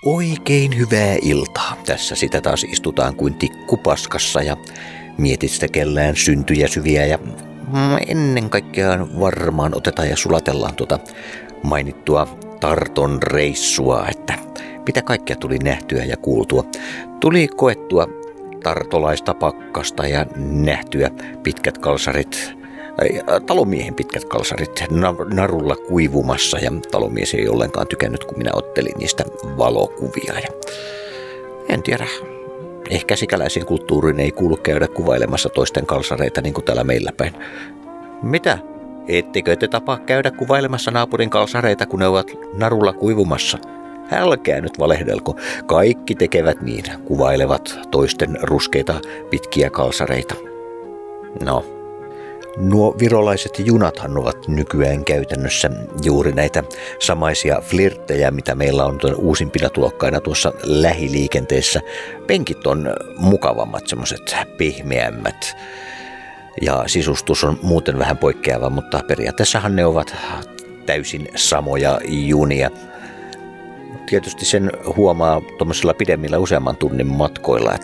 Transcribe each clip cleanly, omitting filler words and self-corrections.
Oikein hyvää iltaa. Tässä sitä taas istutaan kuin tikkupaskassa ja mietiskellään syntyjä syviä ja ennen kaikkea varmaan otetaan ja sulatellaan tuota mainittua Tarton reissua, että mitä kaikkea tuli nähtyä ja kuultua. Tuli koettua tartolaista pakkasta ja nähtyä pitkät kalsarit, talomiehen pitkät kalsarit narulla kuivumassa ja talomies ei ollenkaan tykännyt, kun minä ottelin niistä valokuvia. Ja en tiedä, ehkä sikäläisiin kulttuuriin ei kuulu käydä kuvailemassa toisten kalsareita niin kuin täällä meillä päin. Mitä? Ettekö te tapaa käydä kuvailemassa naapurin kalsareita, kun ne ovat narulla kuivumassa? Älkää nyt valehdelko. Kaikki tekevät niin, kuvailevat toisten ruskeita pitkiä kalsareita. No, nuo virolaiset junathan ovat nykyään käytännössä juuri näitä samaisia flirttejä, mitä meillä on uusimpina tulokkaina tuossa lähiliikenteessä. Penkit on mukavammat, semmoiset pehmeämmät. Ja sisustus on muuten vähän poikkeava, mutta periaatteessahan ne ovat täysin samoja junia. Tietysti sen huomaa tuommoisilla pidemmillä useamman tunnin matkoilla,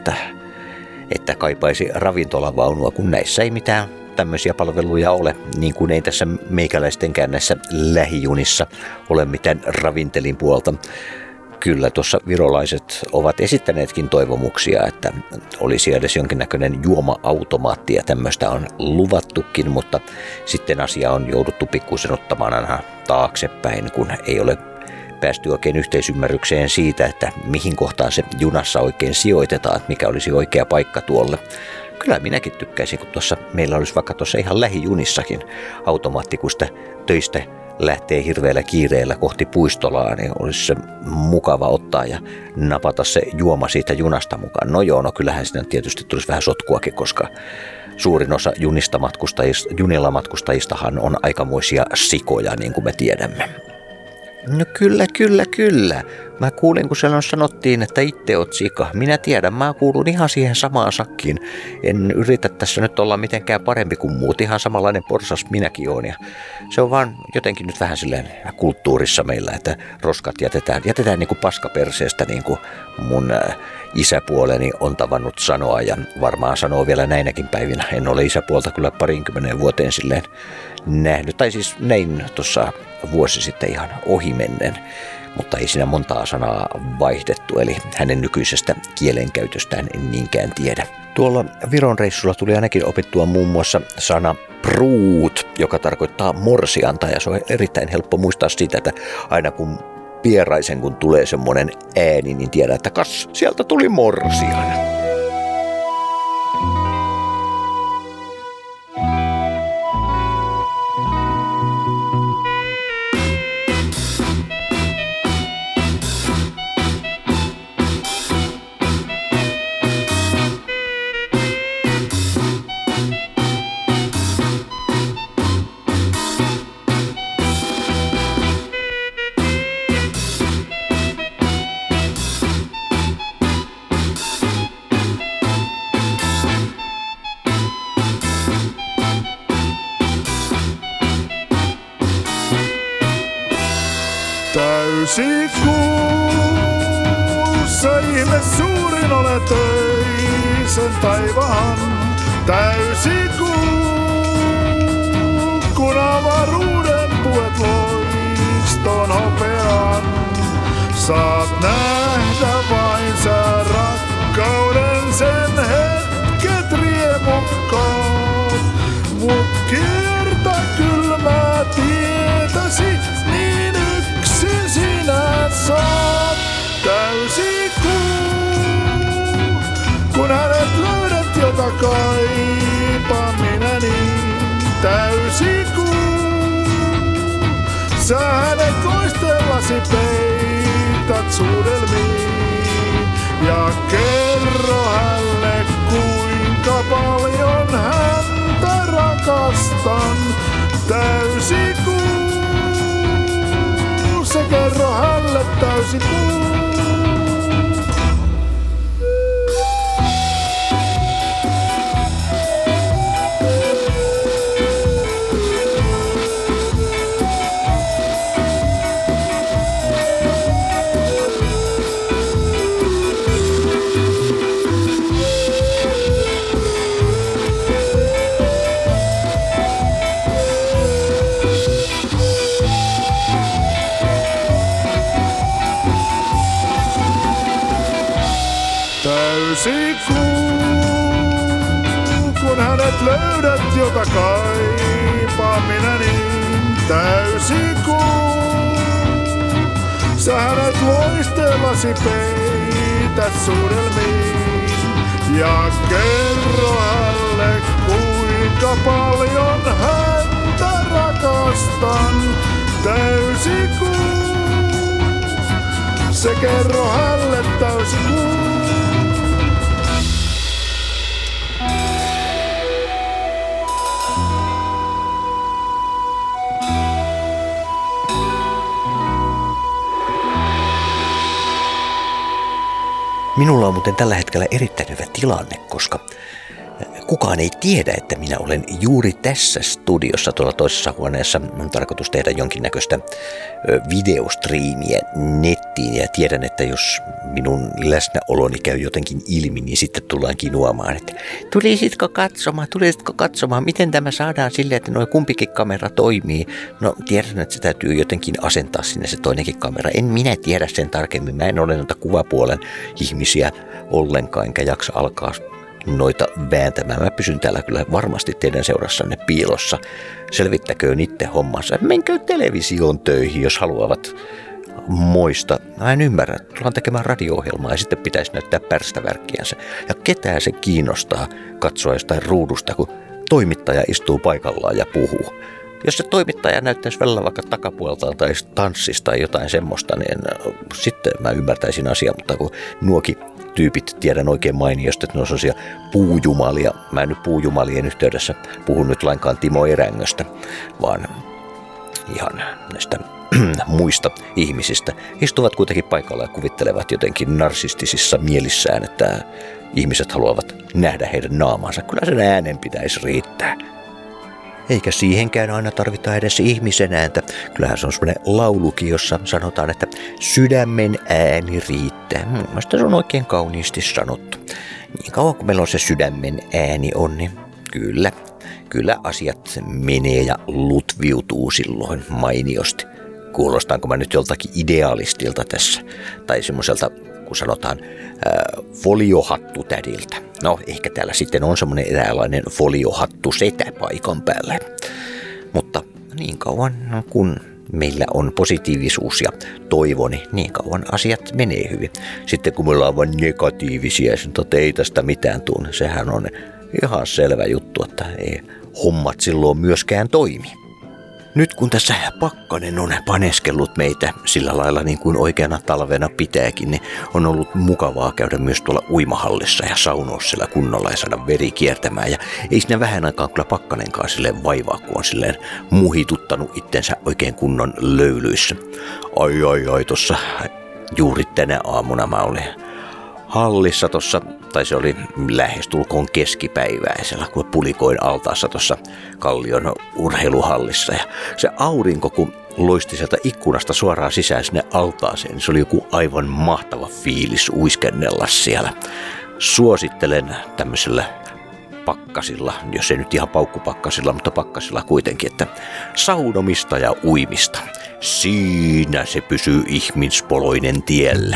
että kaipaisi ravintolavaunua, kun näissä ei mitään tämmöisiä palveluja ole, niin kuin ei tässä meikäläistenkään näissä lähijunissa ole mitään ravintelin puolta. Kyllä tuossa virolaiset ovat esittäneetkin toivomuksia, että olisi edes jonkinnäköinen juoma-automaatti ja tämmöistä on luvattukin, mutta sitten asia on jouduttu pikkuisen ottamaan aina taaksepäin, kun ei ole päästy oikein yhteisymmärrykseen siitä, että mihin kohtaan se junassa oikein sijoitetaan, että mikä olisi oikea paikka tuolle. Kyllä minäkin tykkäisin, kun meillä olisi vaikka tuossa ihan lähijunissakin automaatti, kun sitä töistä lähtee hirveällä kiireellä kohti puistolaa, niin olisi se mukava ottaa ja napata se juoma siitä junasta mukaan. No joo, no kyllähän siinä tietysti tulisi vähän sotkuakin, koska suurin osa junilla matkustajistahan on aikamoisia sikoja, niin kuin me tiedämme. No kyllä. Mä kuulin, kun siellä sanottiin, että itse oot sika. Minä tiedän, mä kuulun ihan siihen samaan sakkiin. En yritä tässä nyt olla mitenkään parempi kuin muut. Ihan samanlainen porsas minäkin oon. Ja se on vaan jotenkin nyt vähän silleen kulttuurissa meillä, että roskat jätetään niin kuin paskaperseestä, niin kuin mun isäpuoleni on tavannut sanoa ja varmaan sanoo vielä näinäkin päivinä. En ole isäpuolta kyllä 20 vuoteen silleen nähnyt, tai siis näin tuossa vuosi sitten ihan ohimennen, mutta ei siinä montaa sanaa vaihdettu, eli hänen nykyisestä kielenkäytöstään en niinkään tiedä. Tuolla Viron reissulla tuli ainakin opittua muun muassa sana pruut, joka tarkoittaa morsianta, ja se on erittäin helppo muistaa siitä, että aina kun pieraisen kun tulee semmoinen ääni, niin tiedät, että kas, sieltä tuli morsian. Täysikuussa ihme suurin ole töisen taivaan. Täysikuu, kun avaruuden puet loiston hopean. Saat nähdä vain sä rakkauden sen hetket riemukkaat. Mut kiertä kylmää tietäsi, niin yksin sinä saat. Täysikuu, kun hänet löydät, jota kaipaan minä niin. Täysikuu, sä hänet koistellasi peität suudelmiin. Ja kerro hänelle, kuinka paljon häntä rakastan. Täysikuu, se kerro hänelle täysikuu. täysi kuu, kun hänet löydät, jota kaipaaminen niin täysi kuu. Sä hänet loistellasi peität suudelmiin ja kerro hänelle, kuinka paljon häntä rakastan. Täysi kuu, se kerro hänelle täysi kuu. Minulla on muuten tällä hetkellä erittäin hyvä tilanne, koska kukaan ei tiedä, että minä olen juuri tässä studiossa tuolla toisessa huoneessa. On tarkoitus tehdä jonkinnäköistä videostriimiä nettiin ja tiedän, että jos minun läsnäoloni käy jotenkin ilmi, niin sitten tullaan kinuamaan, että tulisitko katsomaan, miten tämä saadaan silleen, että nuo kumpikin kamera toimii. No tiedän, että se täytyy jotenkin asentaa sinne se toinenkin kamera. En minä tiedä sen tarkemmin. Mä en ole noita kuvapuolen ihmisiä ollenkaan, enkä jaksa alkaa noita vääntämään. Mä pysyn täällä kyllä varmasti teidän seurassanne piilossa. Selvittäköön itse hommansa. Menkö televisioon töihin, jos haluavat moista. Mä en ymmärrä. Tullaan tekemään radio-ohjelmaa ja sitten pitäisi näyttää pärstävärkkiänsä. Ja ketään se kiinnostaa katsoa jostain ruudusta, kun toimittaja istuu paikallaan ja puhuu. Jos se toimittaja näyttäisi välillä vaikka takapuoltaan tai tanssista tai jotain semmoista, niin sitten mä ymmärtäisin asiaa, mutta kun nuokin tyypit tiedän oikein mainiosti, että ne on sellaisia puujumalia. Mä en nyt puujumalien yhteydessä puhu nyt lainkaan Timo Erängöstä, vaan ihan näistä muista ihmisistä. Istuvat kuitenkin paikalla ja kuvittelevat jotenkin narsistisissa mielissään, että ihmiset haluavat nähdä heidän naamansa. Kyllä sen äänen pitäisi riittää. Eikä siihenkään aina tarvita edes ihmisen ääntä. Kyllähän se on semmoinen laulukin, jossa sanotaan, että sydämen ääni riittää. Mielestäni se on oikein kauniisti sanottu. Niin kauan kuin meillä on se sydämen ääni on, niin kyllä asiat menee ja lutviutuu silloin mainiosti. Kuulostaanko mä nyt joltakin idealistilta tässä? Tai semmoiselta, kun sanotaan, foliohattutädiltä. No, ehkä täällä sitten on semmoinen eräänlainen foliohattu setä paikan päällä. Mutta niin kauan kun meillä on positiivisuus ja toivo, niin kauan asiat menee hyvin. Sitten kun me ollaan vain negatiivisia, että ei tästä mitään tule, sehän on ihan selvä juttu, että ei hommat silloin myöskään toimi. Nyt kun tässä pakkanen on paneskellut meitä sillä lailla niin kuin oikeana talvena pitääkin, niin on ollut mukavaa käydä myös tuolla uimahallissa ja saunoa siellä kunnolla ja saada veri kiertämään. Ja ei siinä vähän aikaa kyllä pakkanenkaan silleen vaivaa, kun on silleen muhituttanut itsensä oikein kunnon löylyissä. Ai, tossa juuri tänä aamuna mä olin hallissa tossa, tai se oli lähestulkoon keskipäiväisellä, kun pulikoin altaassa tuossa Kallion urheiluhallissa. Ja se aurinko, kun loisti sieltä ikkunasta suoraan sisään sinne altaaseen, niin se oli joku aivan mahtava fiilis uiskennella siellä. Suosittelen tämmöisellä pakkasilla, jos ei nyt ihan paukkupakkasilla, mutta pakkasilla kuitenkin, että saunomista ja uimista. Siinä se pysyy ihmispoloinen tiellä.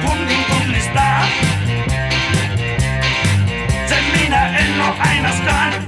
Sen minä en oo aina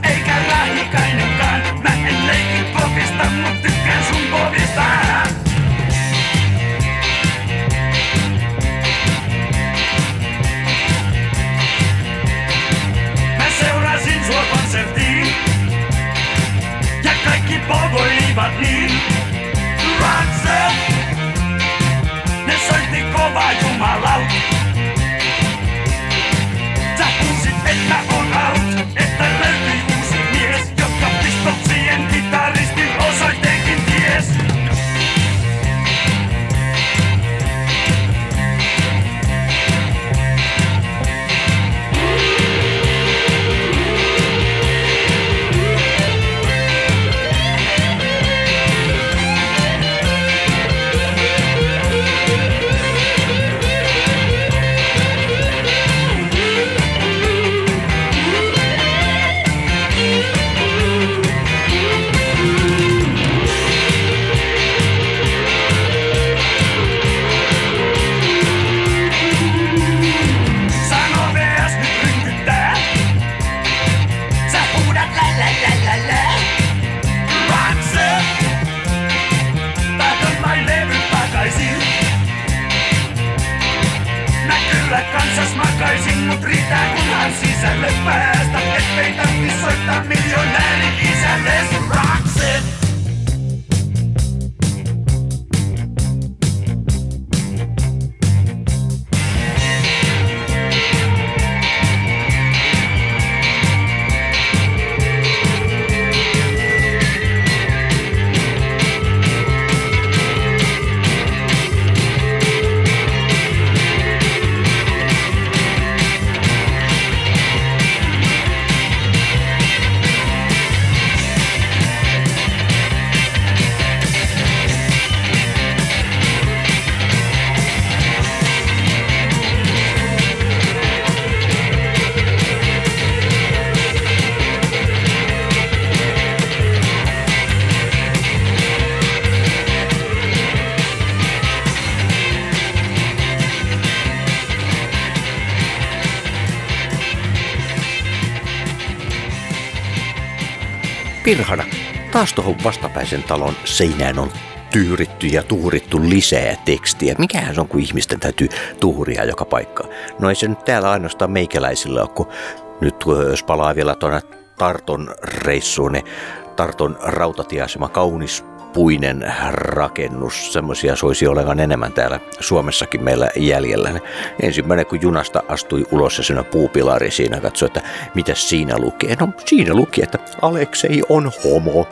Pirhana, taas tuohon vastapäisen talon seinään on tyyritty ja tuurittu lisää tekstiä. Mikähän se on, kun ihmisten täytyy tuuria joka paikkaan. No ei se nyt täällä ainoastaan meikäläisillä ole, kun nyt jos palaa vielä tuonne Tarton reissuun, niin Tarton rautatieasema, kaunis puinen rakennus, semmoisia soisi olevan enemmän täällä Suomessakin meillä jäljellä. Ensimmäinen kun junasta astui ulos ja siinä puupilari siinä katsoi, että mitä siinä lukee. No siinä luki, että Aleksei on homo.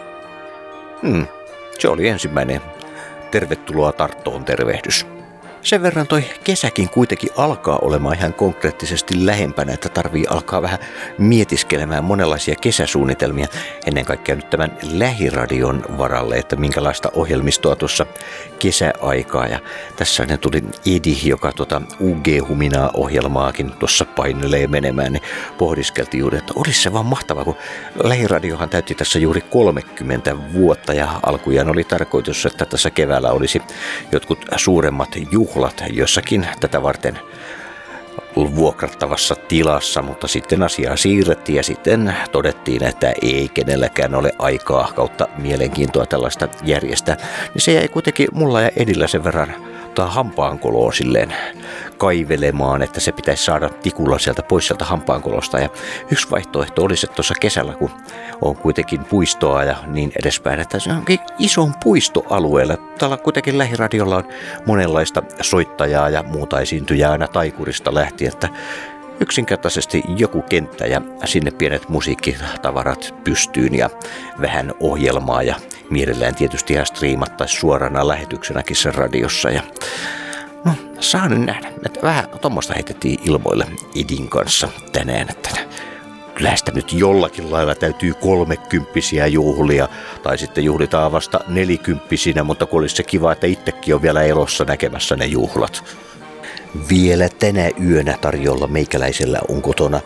Se oli ensimmäinen tervetuloa Tarttoon tervehdys. Sen verran toi kesäkin kuitenkin alkaa olemaan ihan konkreettisesti lähempänä, että tarvii alkaa vähän mietiskelemään monenlaisia kesäsuunnitelmia. Ennen kaikkea nyt tämän lähiradion varalle, että minkälaista ohjelmistoa tuossa kesäaikaa. Ja tässä ne tuli Edi, joka UG-huminaa-ohjelmaakin tuossa painelee menemään, niin pohdiskeltiin juuri, että olisi se vaan mahtavaa, kun lähiradiohan täytti tässä juuri 30 vuotta ja alkujaan oli tarkoitus, että tässä keväällä olisi jotkut suuremmat juhlat jossakin tätä varten vuokrattavassa tilassa, mutta sitten asiaa siirrettiin ja sitten todettiin, että ei kenelläkään ole aikaa kautta mielenkiintoa tällaista järjestää. Niin se jäi kuitenkin mulla ja Edillä sen verran hampaankoloa silleen kaivelemaan, että se pitäisi saada tikulla sieltä pois sieltä hampaankolosta. Ja yksi vaihtoehto olisi, että tuossa kesällä, kun on kuitenkin puistoa ja niin edespäin, että se onkin ison puistoalueella. Täällä kuitenkin lähiradiolla on monenlaista soittajaa ja muuta esiintyjää aina taikurista lähtien, että yksinkertaisesti joku kenttä ja sinne pienet musiikkitavarat pystyyn ja vähän ohjelmaa ja mielellään tietysti ihan striimattaisiin suorana lähetyksenäkin sen radiossa. Ja no, saa nyt nähdä, että vähän tuommoista heitettiin ilmoille Edin kanssa tänään, että kyllä sitä nyt jollakin lailla täytyy 30-vuotiaita juhlia, tai sitten juhlitaan vasta 40-vuotiaina, mutta kun olisi se kiva, että itsekin on vielä elossa näkemässä ne juhlat. Vielä tänä yönä tarjolla meikäläisellä on kotona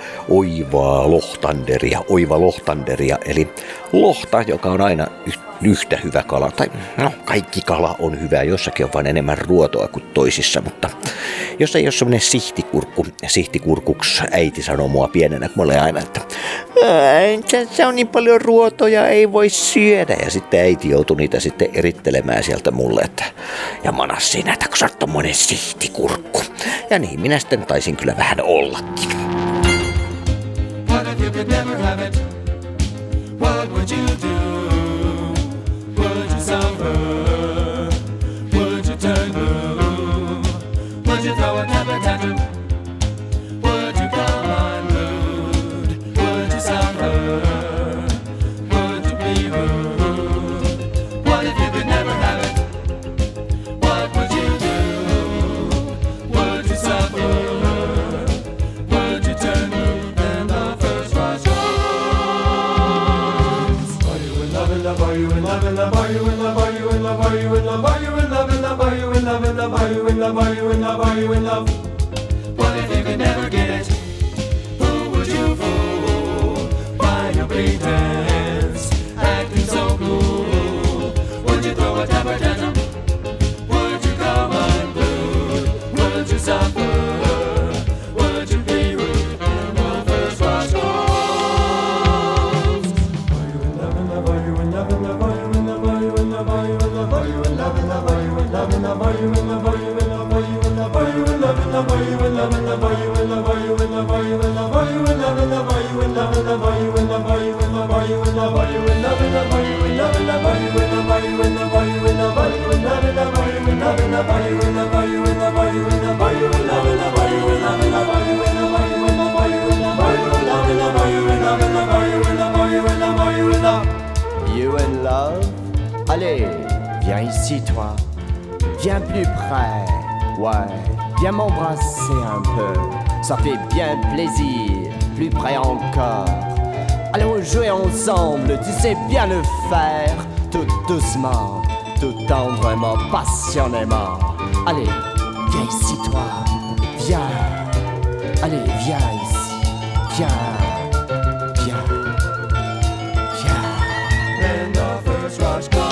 oiva lohtanderia, eli lohta, joka on aina yhtä hyvä kala. Tai no, kaikki kala on hyvä, jossakin on vain enemmän ruotoa kuin toisissa, mutta jos ei ole semmoinen sihtikurkuksi äiti sanoo mua pienenä, kun mä olen aina, että se on niin paljon ruotoja, ei voi syödä. Ja sitten äiti joutui niitä sitten erittelemään sieltä mulle, että ja manas siinä, että kun sä oot tommonen sihtikurkku. Ja niin minä sitten taisin kyllä vähän ollakin. What if you could never have it? What would you do? Would you suffer? Would you turn blue? Would you throw a temper tantrum? Would you come unglued? Would you suffer? Would you be rude? What if you could never have it? What would you do? Would you suffer? Would you turn blue? And the first rush comes. Are you in love, in love? Are you in love, in love? Are you in love? Are you in love? Are you in love? Are you in love, in love? Are you in love, in love? Are you in love? Are you in love? Are you in love? What if you could never get it? Who would you fool by your pretense, acting so cool? Would you throw a temper tantrum? Would you come unglued? Would you suffer? Would you be rude when the first rush comes? Are you in love, in love? Are you in love, in love? Are you in love? Are you in love? Are you in love? Are you in love, in love? Are you in love, in love? Are you in love? Are you in love? Are you in love? Are you in love, in love? Are you in love, in love? Are you in love? Are you in love? Are you in love? Are you in love, in love? Are you in love, in love? Are you in love? Are you in love? Are you in love? Are you in love, in love? Are you in love, in love? Are you in love? Are you in love? Are you in love? Are you in love, in love? Are you in love, in love? Are you in love? Are you in love? Are you in love? Are you in love, in love? Are you in love, in love? Are you in love? Are you in love? Are you in love? Are you in love, in love? Are you in love, in love? Are you in love? Are you in love? Are you in love? You in love? Allez, viens ici toi. Viens plus près. Ouais, viens m'embrasser un peu. Ça fait bien plaisir. Plus près encore. Allons jouer ensemble, tu sais bien le faire. Tout doucement, tout tendrement, passionnément. Allez, viens ici toi. Viens. Allez, viens ici. Viens. Viens. Viens. And the first rush comes.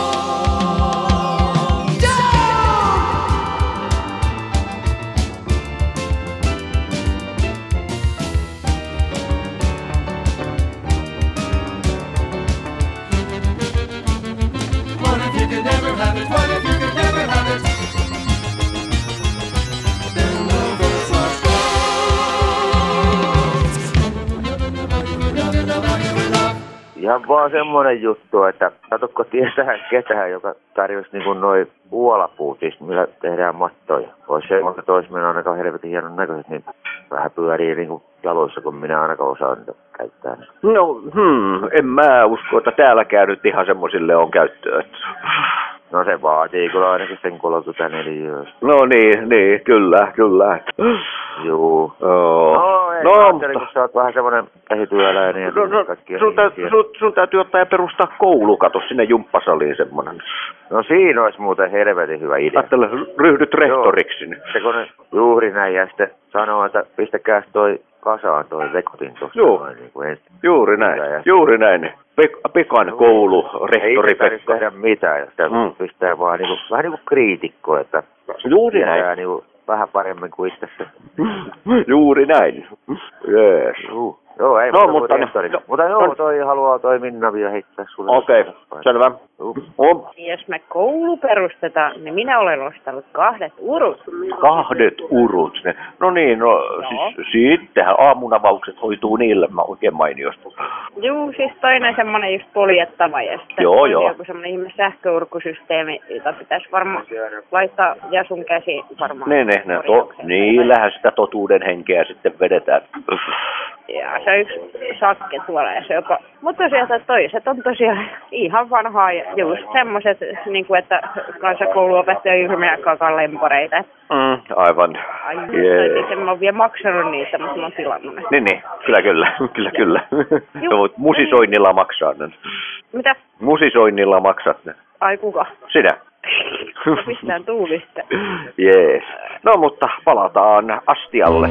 ihan vaan semmonen juttu, että katsokko tietää ketään, joka tarjosi niinku noi uolapuutis, millä tehdään mattoja. Vois semmoista toismena ainakaan helvetin hienon näköiset, niin vähän pyörii niinku jaloissa, kun minä ainakaan osaan niitä käyttää. No, en mä usko, että täälläkään nyt ihan semmosille on käyttöä. No se vaatii kyllä ainakin sen 34. No niin, kyllä. Juu. Oh. No ajattelin, kun sä oot vähän semmonen käsityöläinen ja kaikkia. Sun täytyy ottaa ja perustaa koulu, kato sinne jumppasaliin semmonen. No siinä olisi muuten helvetin hyvä idea. Ajattele, ryhdyt rehtoriksi. Se kun ne juuri näin ja sitten sanoo, että pistäkääs toi kasaan toi vekotin tosta. Joo, niin juuri näin. Pekan koulu, rehtori Pekka. Ei tehdä mitään, ja sitä pistää vaan niinku, vähän niinku kriitikko, että juuri näin. Niinku vähän paremmin kuin itse se. Juuri näin. Jees. Joo, ei mutta toi haluaa toi Minna vielä heittää sulle. Okei, selvä. Jos me koulu perustetaan, niin minä olen ostanut 2 urut. 2 urut? No niin, siis sittenhän aamunavaukset hoituu niille oikein mainiosti. Juu, siis toinen semmonen just poljettava ja sitten joku semmonen ihme sähköurkusysteemi, jota pitäisi varmaan laittaa Jasun käsi varmaan. Niillähän sitä totuuden henkeä sitten vedetään. Ja se on yksi sakke tuolla ja se jopa... Mutta tosiaan toiset on tosiaan ihan vanhaa ja just semmoset, niin kuin että kansakouluopettaja ylmeäkään lemporeita. Aivan. En mä oon vielä maksanut niitä, mutta mä oon tilannut ne. Niin, kyllä. Sä voit musisoinnilla maksaa ne. Mitä? Musisoinnilla maksat ne. Ai kuka? Sinä. Pistään tuulista. Jees. No mutta palataan astialle.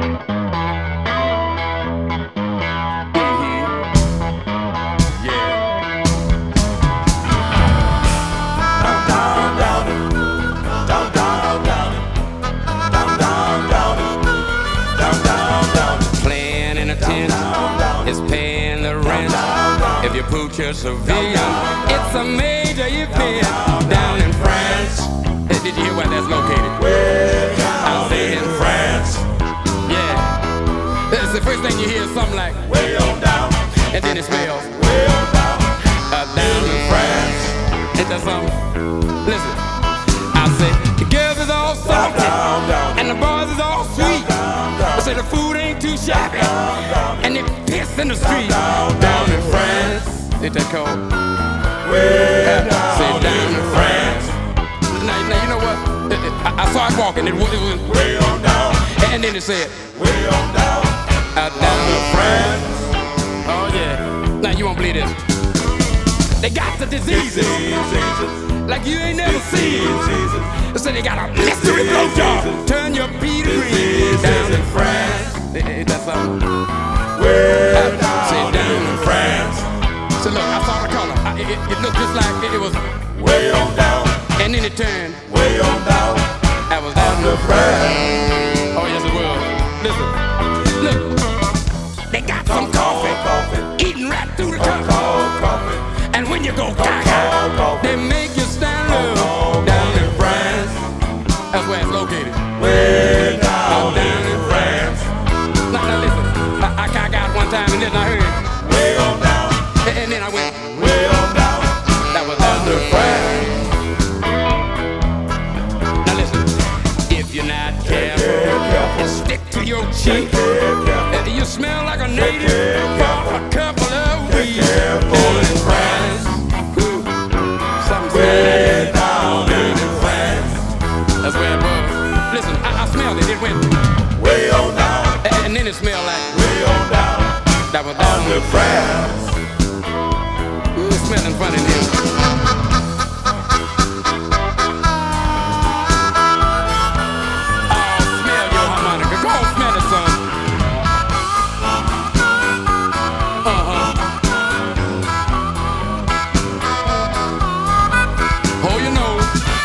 If you put your civilian, it's a major event down in France. Hey, did you hear where that's located? I say in France. Yeah. That's the first thing you hear is something like way on down, and then it smells way on down. Down in France. Ain't that something? Listen. I say the girls is all salty and the boys is all sweet. I say the food ain't too shabby and they piss in the street. Down in France. Ain't that cold? Way down. Say down in France. Now you know what? I saw it walking. It was way on down. And then it said way on down. Down in France. Oh yeah. Now you won't believe this. They got the diseases like you ain't never seen. So they got a mystery blowjob. Turn your pea to green. Down in France. Ain't that something? Way down. Say down in France. So look, I saw the color. It looked just like it was way on down. And then it turned way on down. I was down in France. Oh yes it was. Listen, look. They got some coffee. Eating right through the cup. And when you go gaga, they make you stand up. Down in France. That's where it's located. Way down in France. Now listen, I got one time and then I heard way on down. And then I went way on down. That was under France. Now listen, if you're not careful, and stick to your cheek, you smell like a native for a couple of weeks. Down in France. Way down in France. That's where it was. Listen, I smelled it. It went way on down. And then it smelled like way on down. That was down in France. Ooh, smelling funny now. Oh, smell your harmonica. Go on, smell it, son. Oh, you know.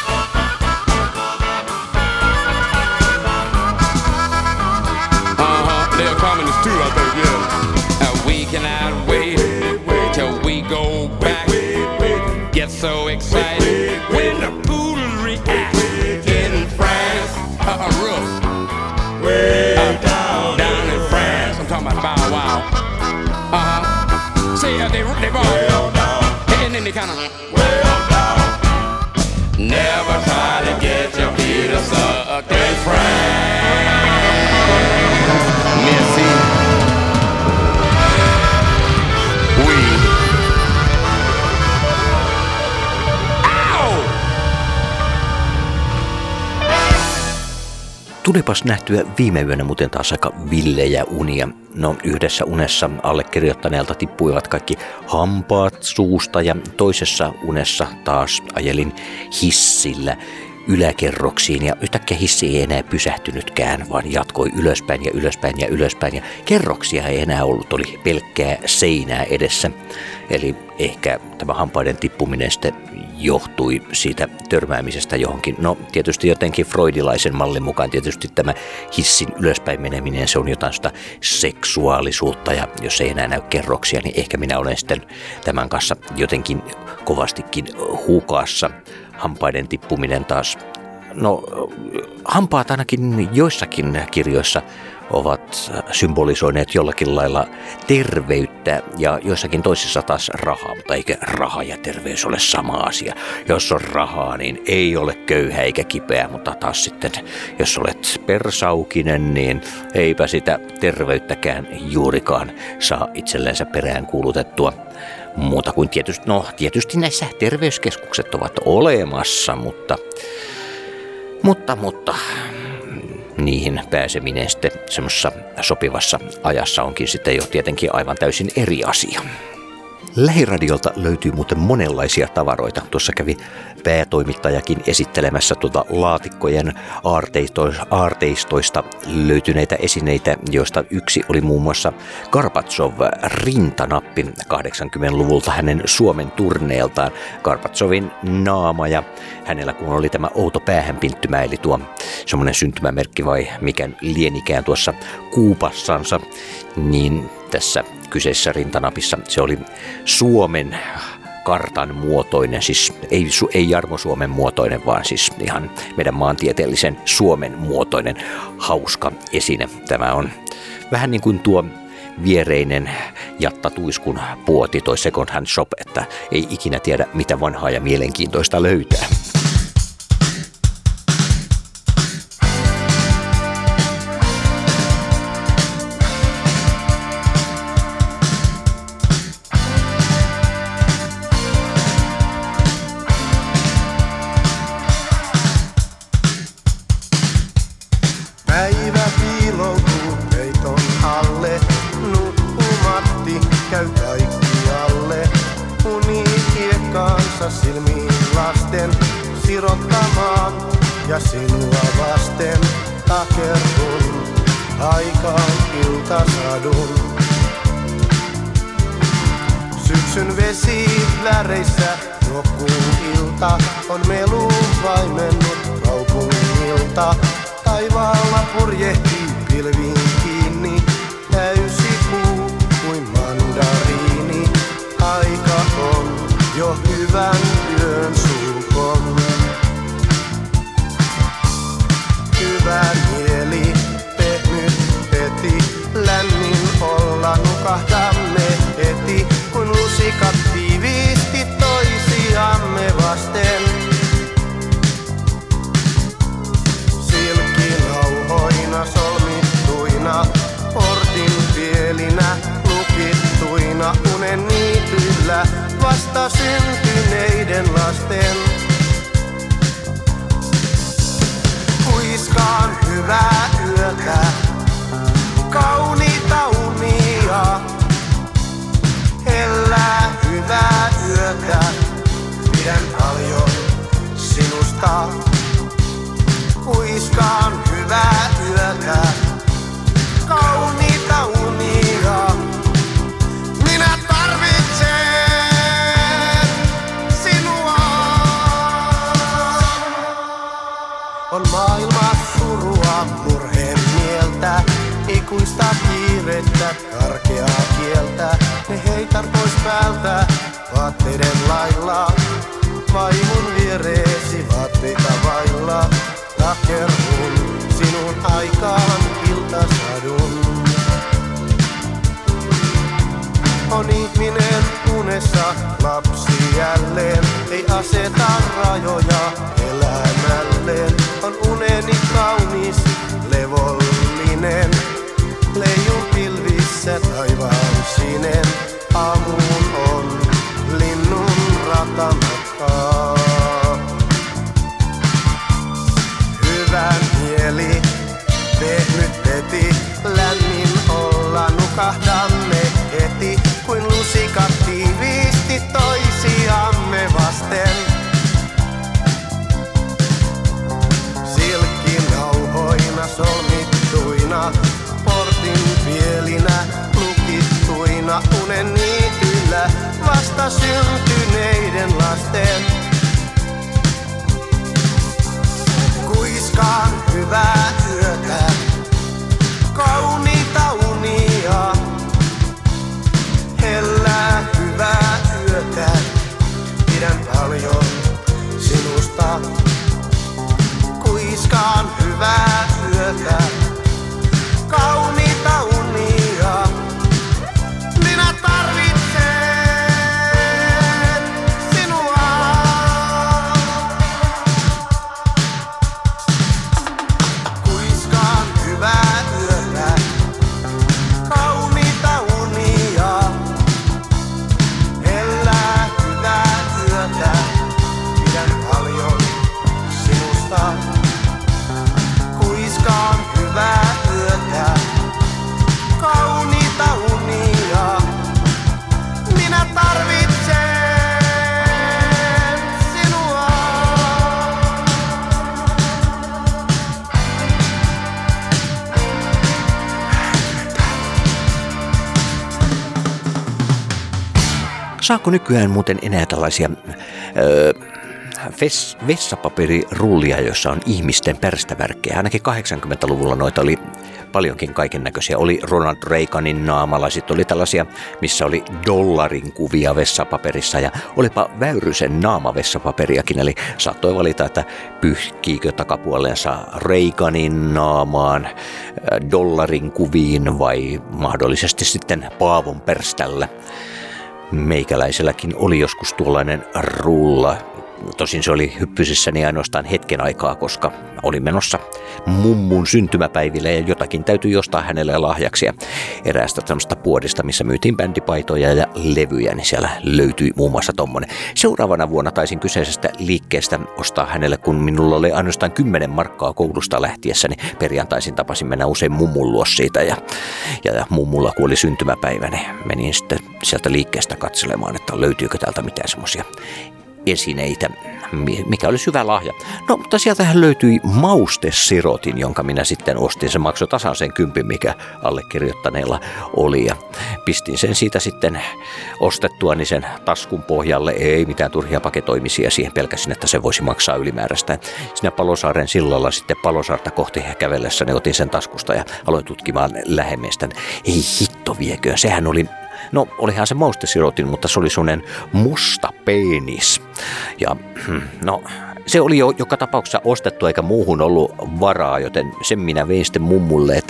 They're coming as too, I think, yeah. We cannot wait till we go back. Get so excited when the poodles react in France. Rough. Down in France. I'm talking about Bow Wow. See, they birthday party. Well down. Hey, Nindy kinda. Well down. Never try to get your feet sucked in France. Merci. Oui. Tulipas nähtyä viime yönä muuten taas aika villejä unia. No, yhdessä unessa allekirjoittaneelta tippuivat kaikki hampaat suusta ja toisessa unessa taas ajelin hissillä yläkerroksiin ja yhtäkkiä hissi ei enää pysähtynytkään, vaan jatkoi ylöspäin ja ylöspäin ja ylöspäin ja kerroksia ei enää ollut, oli pelkkää seinää edessä. Eli ehkä tämä hampaiden tippuminen sitten johtui siitä törmäämisestä johonkin. No tietysti jotenkin freudilaisen mallin mukaan tietysti tämä hissin ylöspäin meneminen, se on jotain sitä seksuaalisuutta ja jos ei enää näy kerroksia, niin ehkä minä olen sitten tämän kanssa jotenkin kovastikin hukassa. Hampaiden tippuminen taas, no hampaat ainakin joissakin kirjoissa ovat symbolisoineet jollakin lailla terveyttä ja joissakin toisissa taas rahaa, mutta eikä raha ja terveys ole sama asia. Jos on rahaa, niin ei ole köyhä eikä kipeä, mutta taas sitten, jos olet persaukinen, niin eipä sitä terveyttäkään juurikaan saa itsellensä perään kuulutettua. Muuta kuin tietysti näissä terveyskeskukset ovat olemassa, mutta niihin pääseminen sitten semmoisessa sopivassa ajassa onkin sitten jo tietenkin aivan täysin eri asia. Lähiradiolta löytyy muuten monenlaisia tavaroita. Tuossa kävi päätoimittajakin esittelemässä laatikkojen aarteistoista löytyneitä esineitä, joista yksi oli muun muassa Gorbatsov rintanappi 80-luvulta hänen Suomen turneeltaan. Gorbatsovin naama ja hänellä kun oli tämä outo päähänpinttymä, eli tuo semmoinen syntymämerkki vai mikä lienikään tuossa kuupassansa, niin tässä kyseisessä rintanapissa se oli Suomen kartan muotoinen, siis ei Jarmo Suomen muotoinen, vaan siis ihan meidän maantieteellisen Suomen muotoinen hauska esine. Tämä on vähän niin kuin tuo viereinen Jatta Tuiskun puoti, toi Second Hand Shop, että ei ikinä tiedä mitä vanhaa ja mielenkiintoista löytää. Silmiin lasten sirottamaan ja sinua vasten takerrun aikaan iltasadun. Syksyn vesiväreissä nuokkuu ilta, on melu vaimennut kaupungilta. Taivaalla purjehtii pilviin kiinni, täysi kuu kuin mandariini. Aika on jo hyvän yön sulkon. Hyvä mieli, pehmyt heti, lämmin olla nukahdamme heti, kun lusikat tiiviisti toisiamme vasten. Silkkinauhoina solmittuina, portin pielinä lukittuina, unen niityllä vasta syntyneiden lasten. Kuiskaan hyvää yötä, kauniita unia. Hellää hyvää yötä, pidän paljon sinusta. Kuiskaan hyvää yötä, kauniita unia. Minä tarvitsen sinua. On maailma surua, murheen mieltä, ikuista piirrettä, karkeaa kieltä. Ne heitän pois päältä vaatteiden lailla, vaimon viereesi vaatteita vailla. Takerrun sinun aikaan iltasadun. On ihminen unet syntyneiden lasten. Kuiskaan hyvää yötä, kauniita unia. Hellää hyvää yötä, pidän paljon sinusta. Kuiskaan hyvää yötä, kauniita unia. Minä tarvitsen sinua. Kuiskaan hyvää yötä, kauniita unia. Hellää hyvää yötä, pidän paljon sinusta. Kuiskaan hyvää yötä, kauniita unia. Minä tarvitsen sinua. Saako nykyään muuten enää tällaisia vessapaperirullia, joissa on ihmisten pärstävärkkejä? Ainakin 80-luvulla noita oli paljonkin kaiken näköisiä. Oli Ronald Reaganin naamalla, sitten oli tällaisia, missä oli dollarin kuvia vessapaperissa ja olipa Väyrysen naama vessapaperiakin, eli saattoi valita, että pyyhkiikö takapuoleensa Reaganin naamaan, dollarin kuviin vai mahdollisesti sitten Paavon pärställä. Meikäläiselläkin oli joskus tuollainen rulla. Tosin se oli hyppysissäni ainoastaan hetken aikaa, koska olin menossa mummun syntymäpäiville ja jotakin täytyi ostaa hänelle lahjaksi. Ja eräästä tämmöistä puodista, missä myytiin bändipaitoja ja levyjä, niin siellä löytyi muun muassa tommonen. Seuraavana vuonna taisin kyseisestä liikkeestä ostaa hänelle, kun minulla oli ainoastaan 10 markkaa koulusta lähtiessä, niin perjantaisin tapasin mennä usein mummun luo siitä. Ja mummulla kun oli syntymäpäivä, niin menin sitten sieltä liikkeestä katselemaan, että löytyykö täältä mitään semmoisia esineitä, mikä oli hyvä lahja. No, mutta sieltähän löytyi maustesirotin, jonka minä sitten ostin. Se maksoi tasan sen 10, mikä allekirjoittaneella oli. Ja pistin sen siitä sitten ostettuani sen taskun pohjalle. Ei mitään turhia paketoimisia siihen, pelkäsin, että se voisi maksaa ylimääräistä. Siinä Palosaaren sillalla sitten Palosaarta kohti kävellessäni otin sen taskusta ja aloin tutkimaan lähemmästä. Ei hitto vieköön, sehän oli... No, olihan se maustesirotin, mutta se oli semmoinen musta penis. Ja no, se oli jo joka tapauksessa ostettu eikä muuhun ollut varaa, joten sen minä vein sitten mummulle, että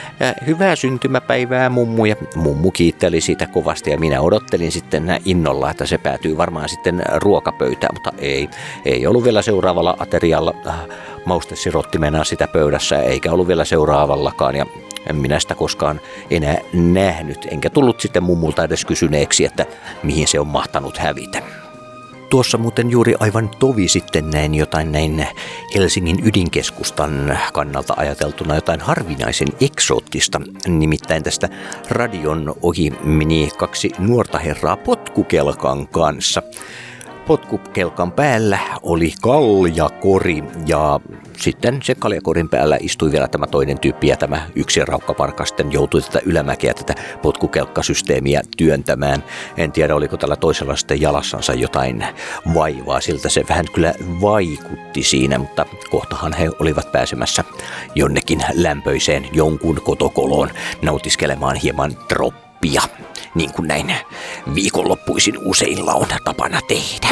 hyvää syntymäpäivää mummu, ja mummu kiitteli siitä kovasti ja minä odottelin sitten innolla, että se päätyy varmaan sitten ruokapöytään, mutta ei ollut vielä seuraavalla aterialla maustesirottimena sitä pöydässä eikä ollut vielä seuraavallakaan ja en minä sitä koskaan enää nähnyt, enkä tullut sitten mummulta edes kysyneeksi, että mihin se on mahtanut hävitä. Tuossa muuten juuri aivan tovi sitten näin jotain näin Helsingin ydinkeskustan kannalta ajateltuna jotain harvinaisen eksoottista. Nimittäin tästä radion ohi meni 2 nuorta herraa potkukelkan kanssa. Potkukelkan päällä oli kaljakori ja sitten se kaljakorin päällä istui vielä tämä toinen tyyppi ja tämä yksi raukkaparka sitten joutui tätä ylämäkeä, tätä potkukelkkasysteemiä työntämään. En tiedä, oliko tällä toisella sitten jalassansa jotain vaivaa, siltä se vähän kyllä vaikutti siinä, mutta kohtahan he olivat pääsemässä jonnekin lämpöiseen jonkun kotokoloon nautiskelemaan hieman droppia. Niin kuin näin viikonloppuisin useilla on tapana tehdä.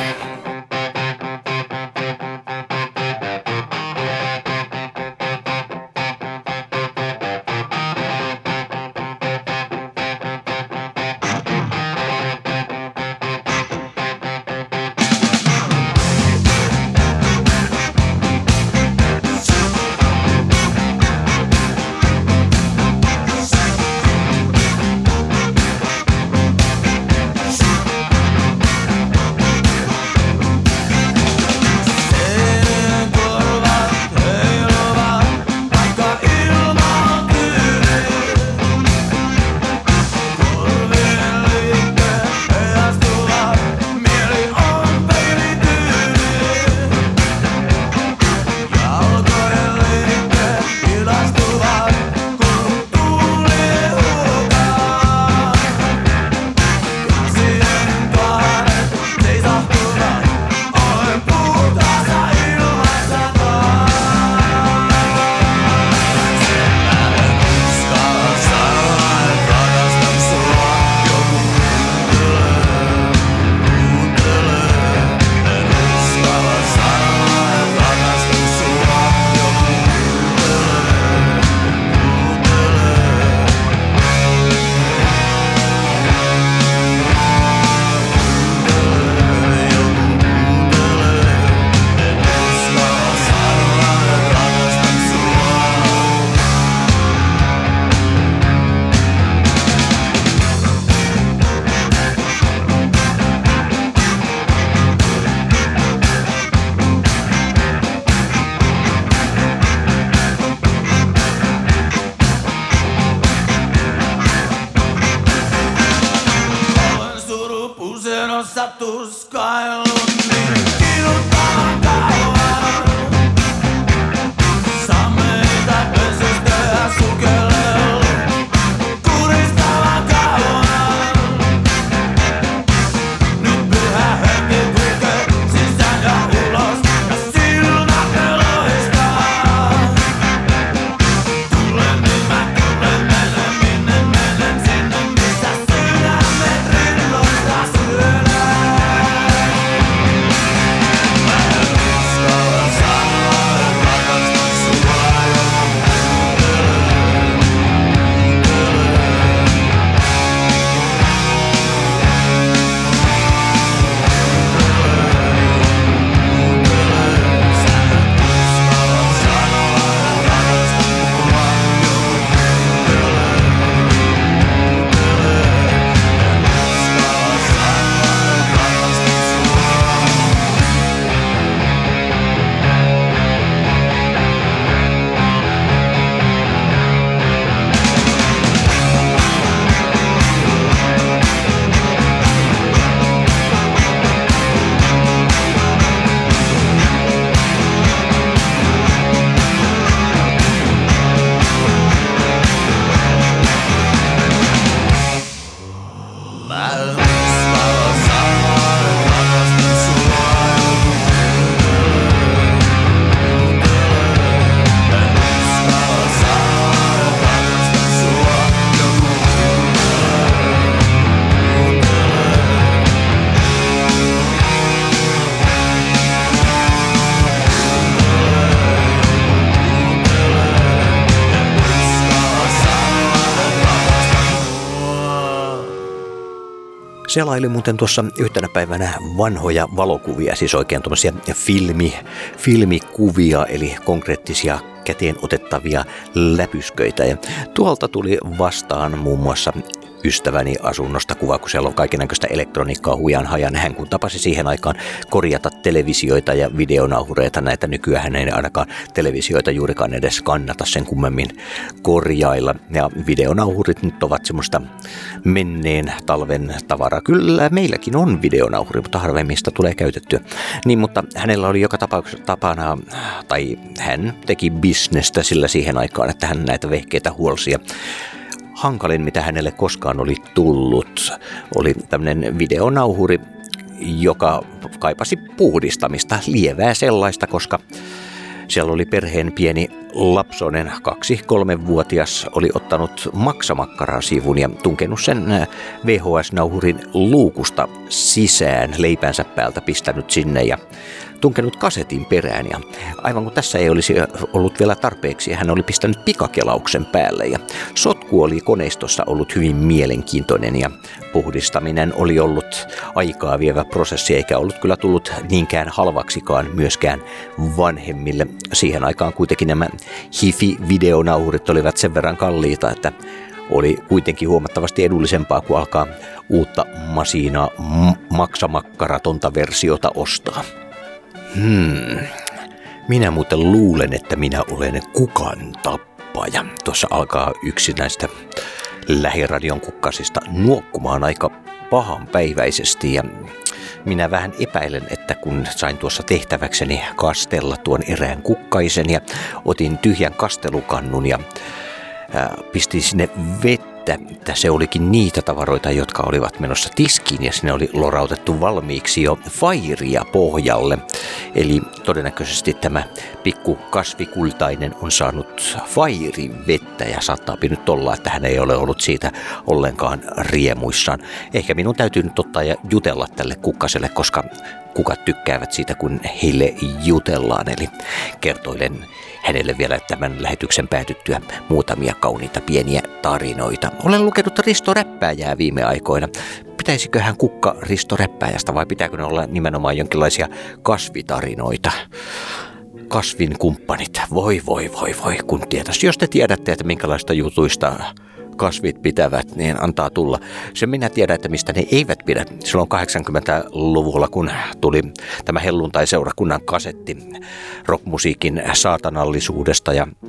tuskailun, niin kilpailan kauan. Sammeita pesusta ja sukellella, kuristavan kauan. Nyt pyhä henki kulkee sisään ja ulos, ja silmät ne loistaa. Tulen nyt mä tulen, menen sinne, missä sydämet rinnoista syödään. Mä en uskalla sanoa, rakastan sua joku Selailin muuten tuossa yhtenä päivänä vanhoja valokuvia, siis oikein tuommoisia filmikuvia, eli konkreettisia käteen otettavia läpysköitä. Ja tuolta tuli vastaan muun muassa ystäväni asunnosta kuva, kun siellä on kaikennäköistä elektroniikkaa hujan hajan. Hän kun tapasi siihen aikaan korjata televisioita ja videonauhureita, näitä nykyään hän ei ainakaan televisioita juurikaan edes kannata sen kummemmin korjailla. Ja videonauhurit nyt ovat semmoista menneen talven tavaraa. Kyllä meilläkin on videonauhuri, mutta harvemmin sitä tulee käytettyä. Niin, mutta hänellä oli joka tapauksessa tapana, tai hän teki bisnestä sillä siihen aikaan, että hän näitä vehkeitä huolsi. Ja hankalin, mitä hänelle koskaan oli tullut, oli tämmöinen videonauhuri, joka kaipasi puhdistamista, lievää sellaista, koska siellä oli perheen pieni lapsonen, 2-3-vuotias, oli ottanut maksamakkarasivun ja tunkenut sen VHS-nauhurin luukusta sisään, leipänsä päältä pistänyt sinne ja tunkenut kasetin perään. Ja aivan kun tässä ei olisi ollut vielä tarpeeksi, hän oli pistänyt pikakelauksen päälle. Ja sotku oli koneistossa ollut hyvin mielenkiintoinen ja puhdistaminen oli ollut aikaa vievä prosessi, eikä ollut kyllä tullut niinkään halvaksikaan myöskään vanhemmille. Siihen aikaan kuitenkin nämä hifi-videonauhurit olivat sen verran kalliita, että oli kuitenkin huomattavasti edullisempaa kuin alkaa uutta masiinaa maksamakkaratonta versiota ostaa. Minä muuten luulen, että minä olen kukan tappaja. Tuossa alkaa yksi näistä lähiradion kukkasista nuokkumaan aika pahanpäiväisesti ja minä vähän epäilen, että kun sain tuossa tehtäväkseni kastella tuon erään kukkaisen ja otin tyhjän kastelukannun ja pistin sinne vettä, että se olikin niitä tavaroita, jotka olivat menossa tiskiin ja sinne oli lorautettu valmiiksi jo fairia pohjalle. Eli todennäköisesti tämä pikku kasvikultainen on saanut fairin vettä ja saattaa nyt olla, että hän ei ole ollut siitä ollenkaan riemuissaan. Ehkä minun täytyy nyt ottaa ja jutella tälle kukkaselle, koska kukat tykkäävät siitä, kun heille jutellaan. Eli kertoilen hänelle vielä tämän lähetyksen päätyttyä muutamia kauniita pieniä tarinoita. Olen lukenut Risto Räppääjää viime aikoina. Pitäisiköhän kukka Risto Räppääjästä vai pitääkö ne olla nimenomaan jonkinlaisia kasvitarinoita? Kasvin kumppanit. Voi, kun tietäisi. Jos te tiedätte, että minkälaista jutuista kasvit pitävät, niin antaa tulla. Sen minä tiedän, että mistä ne eivät pidä. Silloin 80-luvulla, kun tuli tämä helluntai-seurakunnan kasetti rockmusiikin saatanallisuudesta ja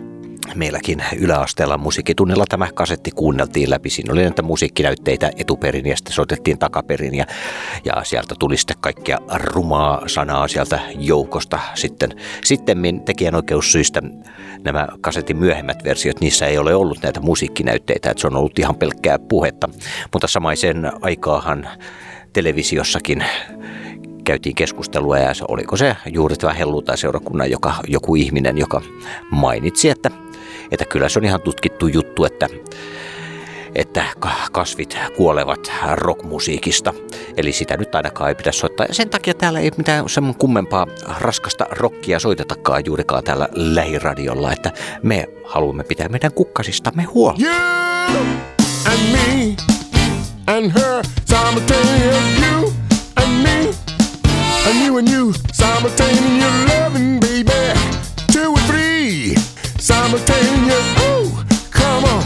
meilläkin yläasteella musiikkitunnilla tämä kasetti kuunneltiin läpi. Siinä oli näitä musiikkinäytteitä etuperin ja sitten soitettiin takaperin ja sieltä tuli sitten kaikkia rumaa sanaa sieltä joukosta. Sitten tekijänoikeussyistä nämä kasetin myöhemmät versiot, niissä ei ole ollut näitä musiikkinäytteitä, että se on ollut ihan pelkkää puhetta. Mutta samaisen aikaahan televisiossakin käytiin keskustelua ja oliko se juuri tämä helluntai-seurakunnan joku ihminen, joka mainitsi, että kyllä se on ihan tutkittu juttu, että kasvit kuolevat rockmusiikista. Eli sitä nyt ainakaan ei pitäisi soittaa. Ja sen takia täällä ei mitään semmoinen kummempaa raskasta rockia soitetakaan juurikaan täällä lähiradiolla, että me haluamme pitää meidän kukkasistamme huolta. You and me and her simultaneous, you and me and you simultaneous loving, baby. 2 or 3 simultaneous, ooh, come on.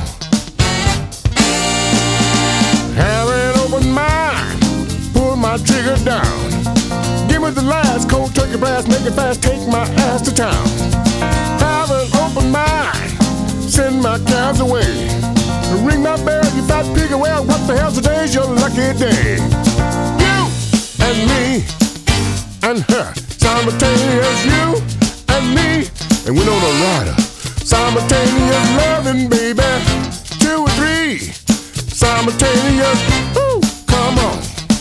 Have an open mind, pull my trigger down. Give me the last cold turkey blast, make it fast, take my ass to town. Have an open mind, send my calves away. Ring my bell, you fat pig, well, what the hell, today's your lucky day. You and me and her, simultaneous, you and me, and we're on a rider. Simultaneous loving, baby. 2 or 3 simultaneous, ooh, come on.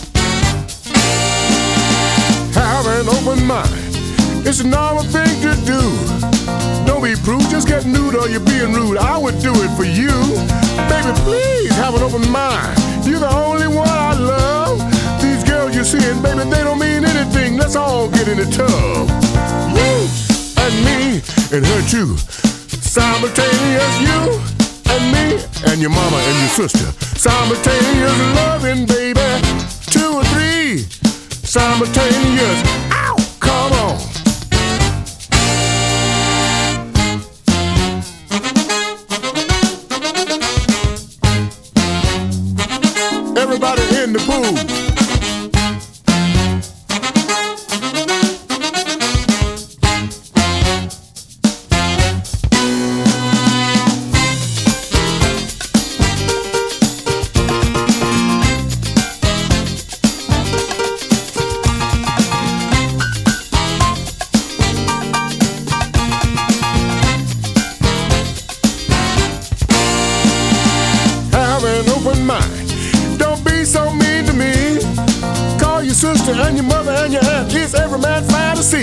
Have an open mind, it's a normal thing to do. Don't be prude, just get nude or you're being rude. I would do it for you. Baby, please have an open mind. You're the only one I love. These girls you're seeing, baby, they don't mean anything. Let's all get in the tub. You and me and her too. Simultaneous, you and me and your mama and your sister. Simultaneous loving, baby. 2 or 3 simultaneous. Ow, come on. Everybody in the pool. Have an open mind. Don't be so mean to me. Call your sister and your mother and your aunt. It's every man's fantasy.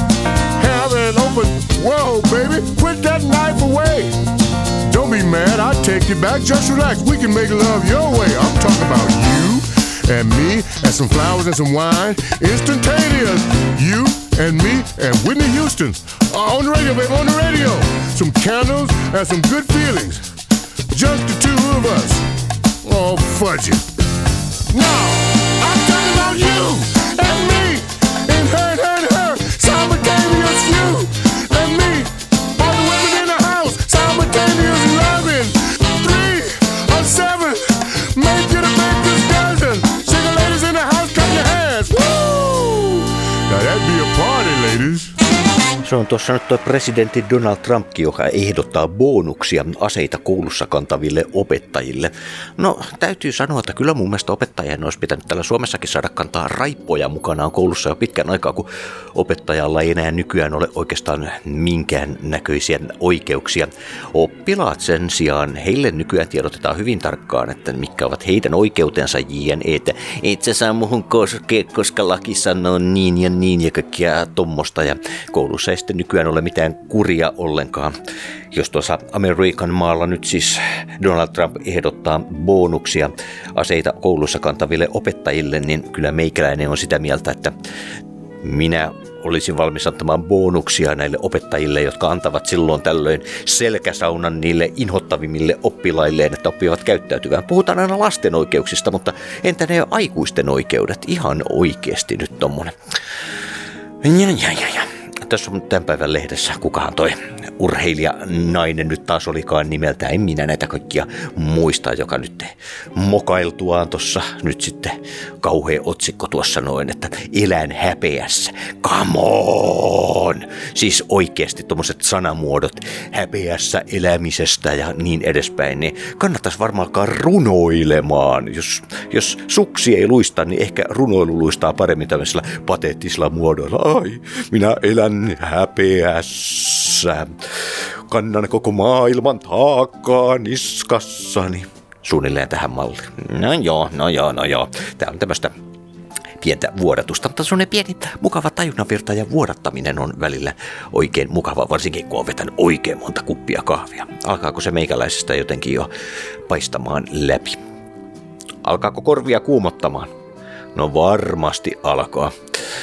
Have an open, whoa, baby, put that knife away. Don't be mad, I'll take you back. Just relax, we can make love your way. I'm talking about you and me and some flowers and some wine. Instantaneous, you and me and Whitney Houston. On the radio, baby, on the radio. Some candles and some good feelings. Just the 2 of us. Oh, fudge it. No, I'm talking about you and me and her. Simultaneous you and me. All the women in the house. Simultaneous loving. 3 or 7. Make it a baker's dozen. Single ladies in the house, clap your hands. Woo! Now that'd be a party, ladies. Se on tuossa nyt tuo presidentti Donald Trumpkin, joka ehdottaa bonuksia aseita koulussa kantaville opettajille. No, täytyy sanoa, että kyllä mun mielestä opettajien olisi pitänyt täällä Suomessakin saada kantaa raippoja mukanaan koulussa jo pitkän aikaa, kun opettajalla ei enää nykyään ole oikeastaan minkään näköisiä oikeuksia. Oppilaat sen sijaan, heille nykyään tiedotetaan hyvin tarkkaan, että mitkä ovat heidän oikeutensa jne. Et sä saa muhun koskea, koska laki sanoo niin ja kaikkia tommosta. Ja koulussa ei sitten nykyään ole mitään kuria ollenkaan. Jos tuossa Amerikan maalla nyt siis Donald Trump ehdottaa bonuksia aseita koulussa kantaville opettajille, niin kyllä meikäläinen on sitä mieltä, että minä olisin valmis antamaan bonuksia näille opettajille, jotka antavat silloin tällöin selkäsaunan niille inhottavimmille oppilailleen, että oppivat käyttäytyvään. Puhutaan aina lasten oikeuksista, mutta entä ne aikuisten oikeudet? Ihan oikeasti nyt tommonen. Ja. Tässä on tämän päivän lehdessä, kukahan toi urheilija nainen nyt taas olikaan nimeltään. En minä näitä kaikkia muista, joka nyt mokailtuaan tuossa nyt sitten kauhea otsikko tuossa noin, että elän häpeässä. Come on! Siis oikeasti tommoset sanamuodot häpeässä elämisestä ja niin edespäin, niin kannattaisi varmaan alkaa runoilemaan. Jos suksi ei luista, niin ehkä runoilu luistaa paremmin tämmöisellä pateettisilla muodoilla. Ai, minä elän häpeässä. Kannan koko maailman taakkaa niskassani. Suunnilleen tähän malliin. No joo. Tää on tämmöistä pientä vuodatusta, mutta semmoinen pieni mukava tajunnanvirta ja vuodattaminen on välillä oikein mukava, varsinkin kun on vetänyt oikein monta kuppia kahvia. Alkaako se meikäläisestä jotenkin jo paistamaan läpi? Alkaako korvia kuumottamaan? No varmasti alkaa.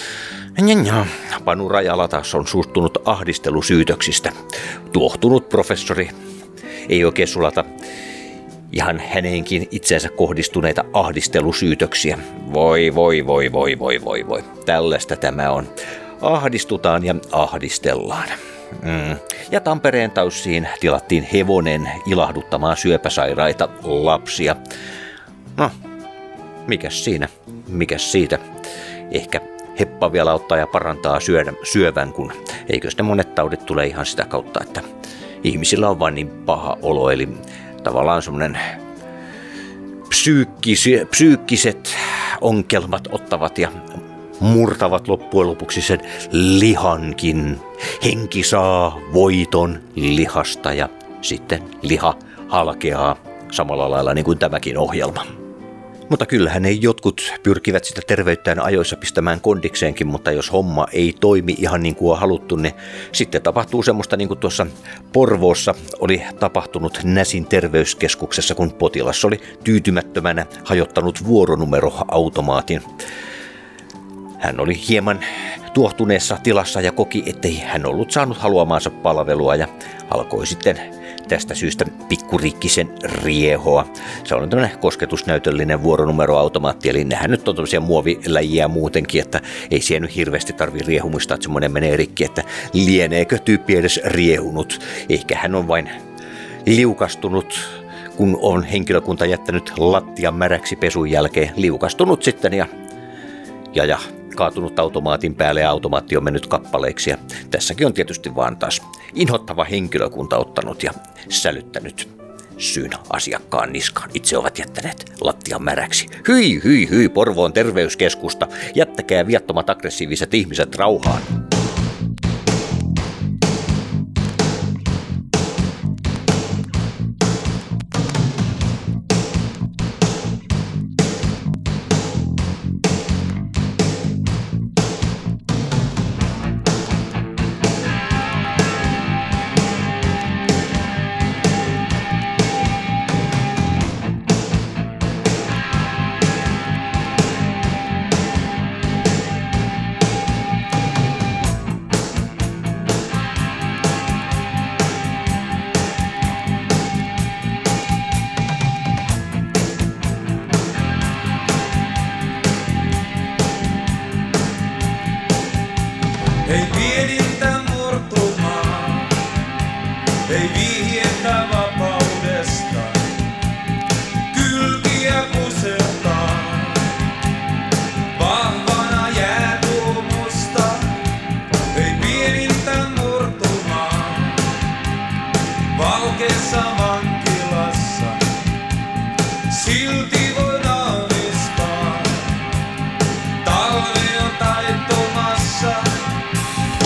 Panu Rajala taas on suuttunut ahdistelusyytöksistä. Tuohtunut professori ei oikein sulata ihan häneenkin itseensä kohdistuneita ahdistelusyytöksiä. Voi. Tällaista tämä on. Ahdistutaan ja ahdistellaan. Ja Tampereen taussiin tilattiin hevonen ilahduttamaan syöpäsairaita lapsia. No, mikäs siitä? Ehkä heppa vielä auttaa ja parantaa syövän, kun eikös ne monet taudit tule ihan sitä kautta, että ihmisillä on vain niin paha olo, eli tavallaan semmoinen psyykkiset ongelmat ottavat ja murtavat loppujen lopuksi sen lihankin. Henki saa voiton lihasta ja sitten liha halkeaa samalla lailla niin kuin tämäkin ohjelma. Mutta kyllähän ne jotkut pyrkivät sitä terveyttään ajoissa pistämään kondikseenkin, mutta jos homma ei toimi ihan niin kuin on haluttu, niin sitten tapahtuu semmoista niin kuin tuossa Porvoossa oli tapahtunut Näsin terveyskeskuksessa, kun potilas oli tyytymättömänä hajottanut vuoronumeroautomaatin. Hän oli hieman tuohtuneessa tilassa ja koki, ettei hän ollut saanut haluamaansa palvelua ja alkoi sitten tästä syystä pikkuriikkisen riehoa. Se on tämmöinen kosketusnäytöllinen vuoronumeroautomaatti, eli nehän nyt on tämmöisiä muoviläjiä muutenkin, että ei siihen nyt hirveästi tarvitse riehumista, että semmoinen menee rikki, että lieneekö tyyppi edes riehunut. Ehkä hän on vain liukastunut, kun on henkilökunta jättänyt lattian märäksi pesun jälkeen, liukastunut sitten ja kaatunut automaatin päälle ja automaatti on mennyt kappaleiksi. Ja tässäkin on tietysti vaan taas inhottava henkilökunta ottanut ja sälyttänyt syyn asiakkaan niskaan. Itse ovat jättäneet lattian märäksi. Hyi, Porvoon terveyskeskusta. Jättäkää viattomat aggressiiviset ihmiset rauhaan. Ei pienintä murtumaa, ei vihjettä vapaudesta, kylkiä kuseltaa, vahvana jää tuomusta. Ei pienintä murtumaa, valkeassa vankilassa, silti voi aavistaa, talvi on taittumassa.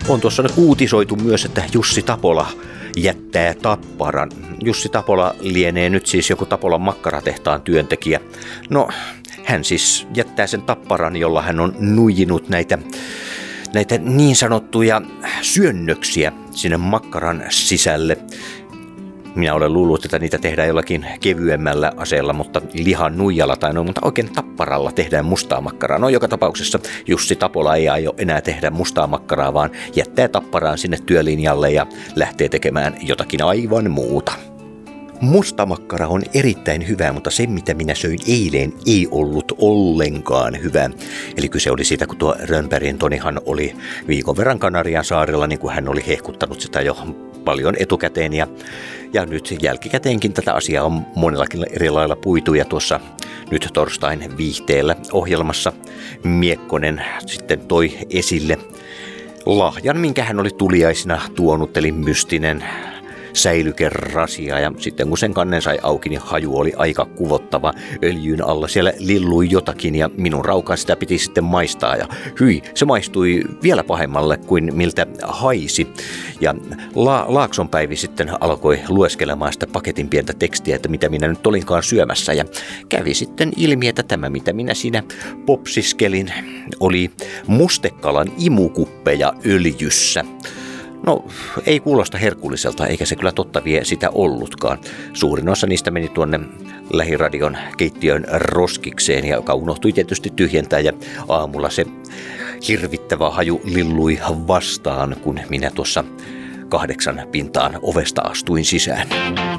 On tuossa nyt uutisoitu myös, että Jussi Tapola jättää Tapparan. Jussi Tapola lienee nyt siis joku Tapolan makkaratehtaan työntekijä. No, hän siis jättää sen Tapparan, jolla hän on nuijinut näitä niin sanottuja syönnöksiä sinne makkaran sisälle. Minä olen luullut, että niitä tehdään jollakin kevyemmällä aseella, mutta lihan nuijalla tai noin, mutta oikein Tapparalla tehdään mustaa makkaraa. No joka tapauksessa Jussi Tapola ei aio enää tehdä mustaa makkaraa, vaan jättää Tapparaan sinne työlinjalle ja lähtee tekemään jotakin aivan muuta. Musta makkara on erittäin hyvä, mutta se mitä minä söin eilen ei ollut ollenkaan hyvä. Eli kyse oli siitä, kun tuo Rönnbergin Tonihan oli viikon verran Kanarian saarella, niin kuin hän oli hehkuttanut sitä jo paljon etukäteen. Ja nyt jälkikäteenkin tätä asiaa on monellakin eri lailla puitu. Ja tuossa nyt torstain viihteellä ohjelmassa Miekkonen sitten toi esille lahjan, minkä hän oli tuliaisina tuonut, eli mystinen säilykerasia, ja sitten kun sen kannen sai auki, niin haju oli aika kuvottava. Öljyn alla siellä lillui jotakin ja minun raukaan sitä piti sitten maistaa ja hyi, se maistui vielä pahemmalle kuin miltä haisi. Ja Laaksonpäivi sitten alkoi lueskelemaan sitä paketin pientä tekstiä, että mitä minä nyt olinkaan syömässä, ja kävi sitten ilmi, että tämä mitä minä siinä popsiskelin oli mustekalan imukuppeja öljyssä. No, ei kuulosta herkulliselta, eikä se kyllä totta vie sitä ollutkaan. Suurin osa niistä meni tuonne lähiradion keittiön roskikseen, joka unohtui tietysti tyhjentää, ja aamulla se hirvittävä haju lillui vastaan, kun minä tuossa 8 pintaan ovesta astuin sisään.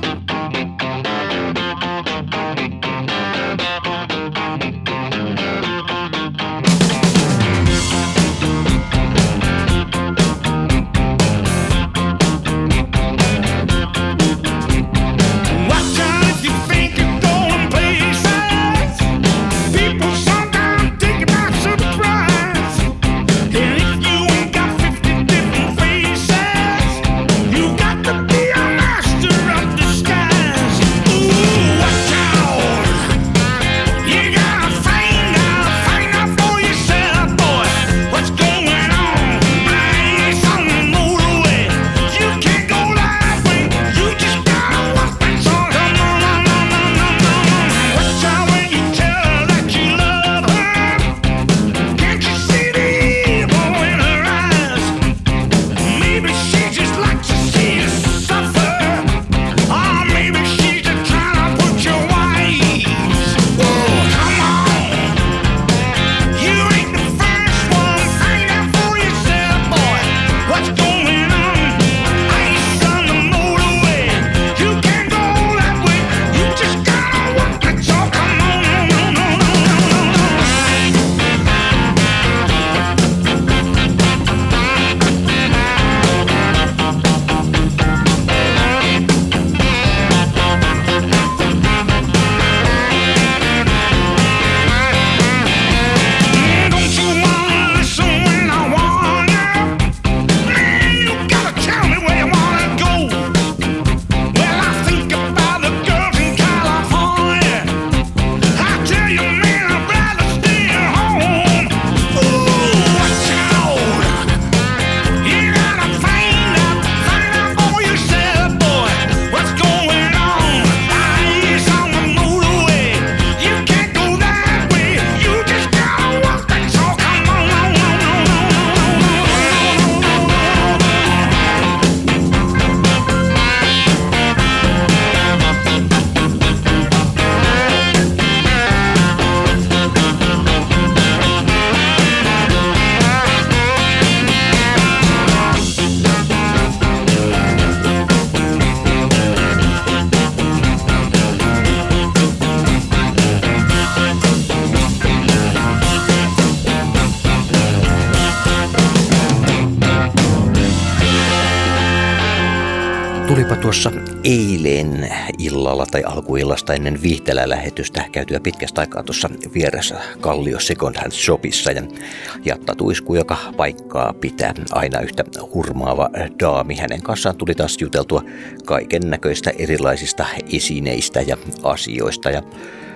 Tulipa tuossa eilen illalla tai alkuillasta ennen Viihtelä-lähetystä käytyä pitkästä aikaa tuossa vieressä Kallio Second Hand Shopissa, ja Jatta Tuisku, joka paikkaa pitää, aina yhtä hurmaava daami. Hänen kanssaan tuli taas juteltua kaiken näköistä erilaisista esineistä ja asioista, ja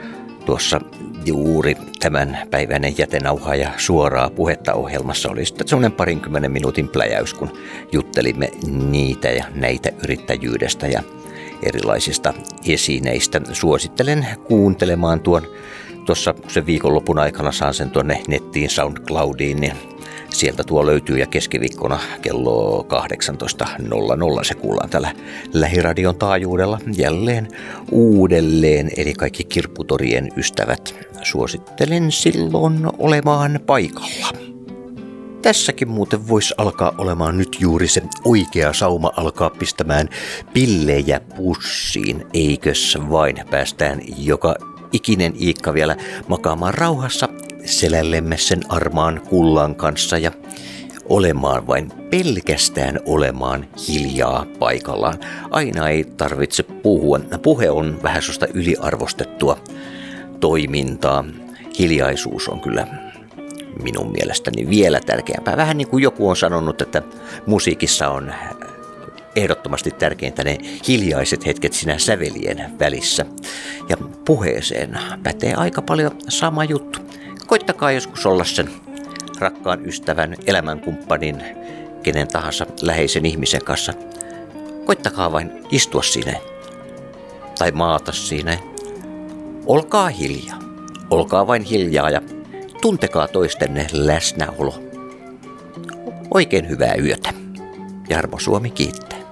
Tuossa juuri tämän päiväinen jätenauha ja suoraa puhetta ohjelmassa oli sitten semmoinen 20 minuutin pläjäys, kun juttelimme niitä ja näitä yrittäjyydestä ja erilaisista esineistä. Suosittelen kuuntelemaan tuossa sen viikonlopun aikana saan sen tuonne nettiin SoundCloudiin, niin sieltä tuo löytyy ja keskiviikkona kello 18.00 se kuullaan täällä Lähiradion taajuudella jälleen uudelleen. Eli kaikki kirpputorien ystävät, suosittelen silloin olemaan paikalla. Tässäkin muuten voisi alkaa olemaan nyt juuri se oikea sauma alkaa pistämään pillejä pussiin, eikös vain päästään joka ikinen Iikka vielä makaamaan rauhassa selällemme sen armaan kullan kanssa ja olemaan vain pelkästään olemaan hiljaa paikallaan. Aina ei tarvitse puhua. Puhe on vähän sellaista yliarvostettua toimintaa. Hiljaisuus on kyllä minun mielestäni vielä tärkeämpää. Vähän niin kuin joku on sanonut, että musiikissa on ehdottomasti tärkeintä ne hiljaiset hetket siinä sävelien välissä. Ja puheeseen pätee aika paljon sama juttu. Koittakaa joskus olla sen rakkaan ystävän, elämänkumppanin, kenen tahansa läheisen ihmisen kanssa. Koittakaa vain istua siinä tai maata siinä. Olkaa hiljaa. Olkaa vain hiljaa ja tuntekaa toistenne läsnäolo. Oikein hyvää yötä. Jarmo Suomi kiittää.